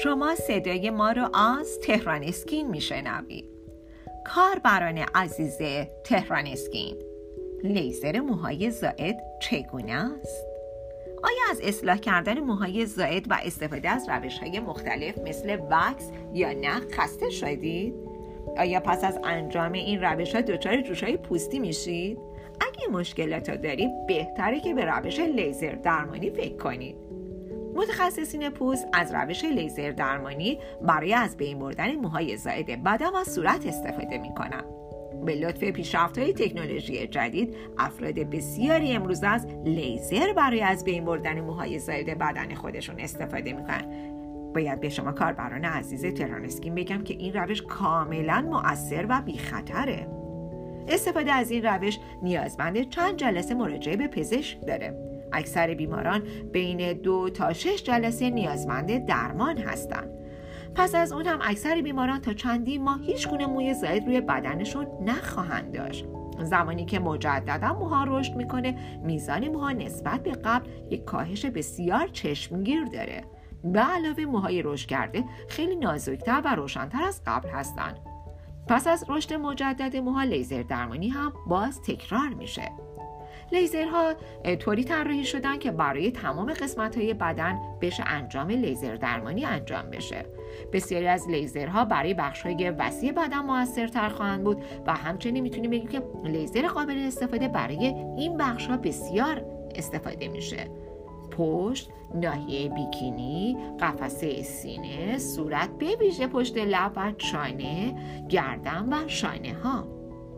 شما صدای ما رو از تهران اسکین میشنوید. کاربران عزیز تهران اسکین، لیزر موهای زائد چگونه است؟ آیا از اصلاح کردن موهای زائد و استفاده از روش‌های مختلف مثل وکس یا نخ خسته شدید؟ آیا پس از انجام این روش‌ها دچار جوش‌های پوستی میشید؟ اگه این مشکلات رو دارید، بهتره که به روش لیزر درمانی فکر کنید. متخصصین پوست از روش لیزر درمانی برای از بین بردن موهای زائد بدن و صورت استفاده می‌کنند. به لطف پیشرفت‌های تکنولوژی جدید، افراد بسیاری امروز از لیزر برای از بین بردن موهای زائد بدن خودشون استفاده می‌کنند. باید به شما کاربران عزیز تهران اسکین بگم که این روش کاملاً مؤثر و بی‌خطره. استفاده از این روش نیازمند چند جلسه مراجعه به پزشک داره. اکثر بیماران بین 2 تا 6 جلسه نیازمند درمان هستند. پس از اون هم اکثر بیماران تا چندین ماه هیچ گونه موی زائد روی بدنشون نخواهند داشت. زمانی که مجددا موها رشد میکنه، میزان موها نسبت به قبل یک کاهش بسیار چشمگیر داره. به علاوه موهای رشد کرده خیلی نازکتر و روشن‌تر از قبل هستند. پس از رشد مجدد موها، لیزر درمانی هم باز تکرار میشه. لیزرها طوری طراحی شدن که برای تمام قسمت‌های بدن بشه انجام لیزر درمانی انجام بشه. بسیاری از لیزرها برای بخش‌های وسیع بدن موثرتر خواهند بود و همچنین میتونیم بگیم که لیزر قابل استفاده برای این بخش‌ها بسیار استفاده میشه: پشت، ناحیه بیکینی، قفسه سینه، صورت به ویژه پشت لب و چانه، گردن و شانه ها.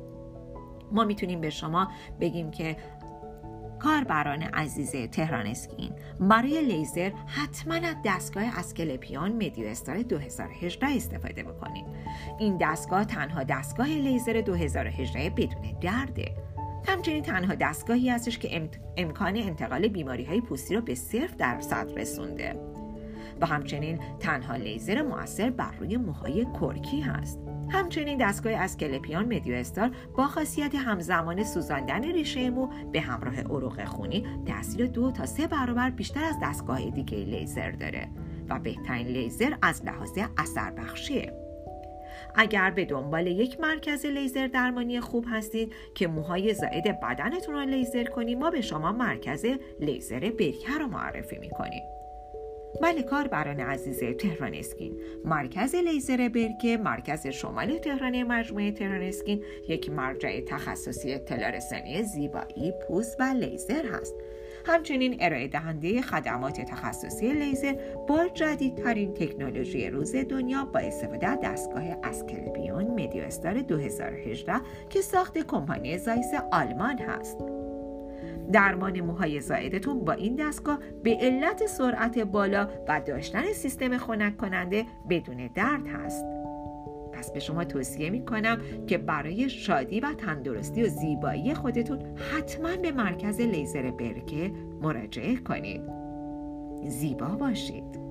ما میتونیم به شما بگیم که کاربران عزیز تهران اسکین، برای لیزر حتما از دستگاه اسکلپیون مدیو استار 2018 استفاده بکنید. این دستگاه تنها دستگاه لیزر 2018 بدون درده. همچنین تنها دستگاهی هستش که امکان انتقال بیماری‌های پوستی رو به 0% رسونده و همچنین تنها لیزر مؤثر بر روی موهای کرکی هست. همچنین دستگاه اسکلپیون مدیو استار با خاصیت همزمان سوزاندن ریشه مو به همراه عروق خونی تاثیر 2 تا 3 برابر بیشتر از دستگاه دیگه لیزر داره و بهترین لیزر از لحاظ اثر بخشیه. اگر به دنبال یک مرکز لیزر درمانی خوب هستید که موهای زائد بدنتون رو لیزر کنید، ما به شما مرکز لیزر برکه رو معرفی میکنیم. بله کاربران عزیز تهران اسکین، مرکز لیزر برکه مرکز شمال تهران مجموعه تهران اسکین یک مرجع تخصصی اطلاع رسانی زیبایی، پوست و لیزر هست. همچنین ارائه دهنده خدمات تخصصی لیزر با جدیدترین تکنولوژی روز دنیا با استفاده از دستگاه اسکلپیون مدیو استار 2018 که ساخت کمپانی زایس آلمان هست. درمان موهای زائدتون با این دستگاه به علت سرعت بالا و داشتن سیستم خنک کننده بدون درد هست. پس به شما توصیه میکنم که برای شادی و تندرستی و زیبایی خودتون حتما به مرکز لیزر برکه مراجعه کنید. زیبا باشید.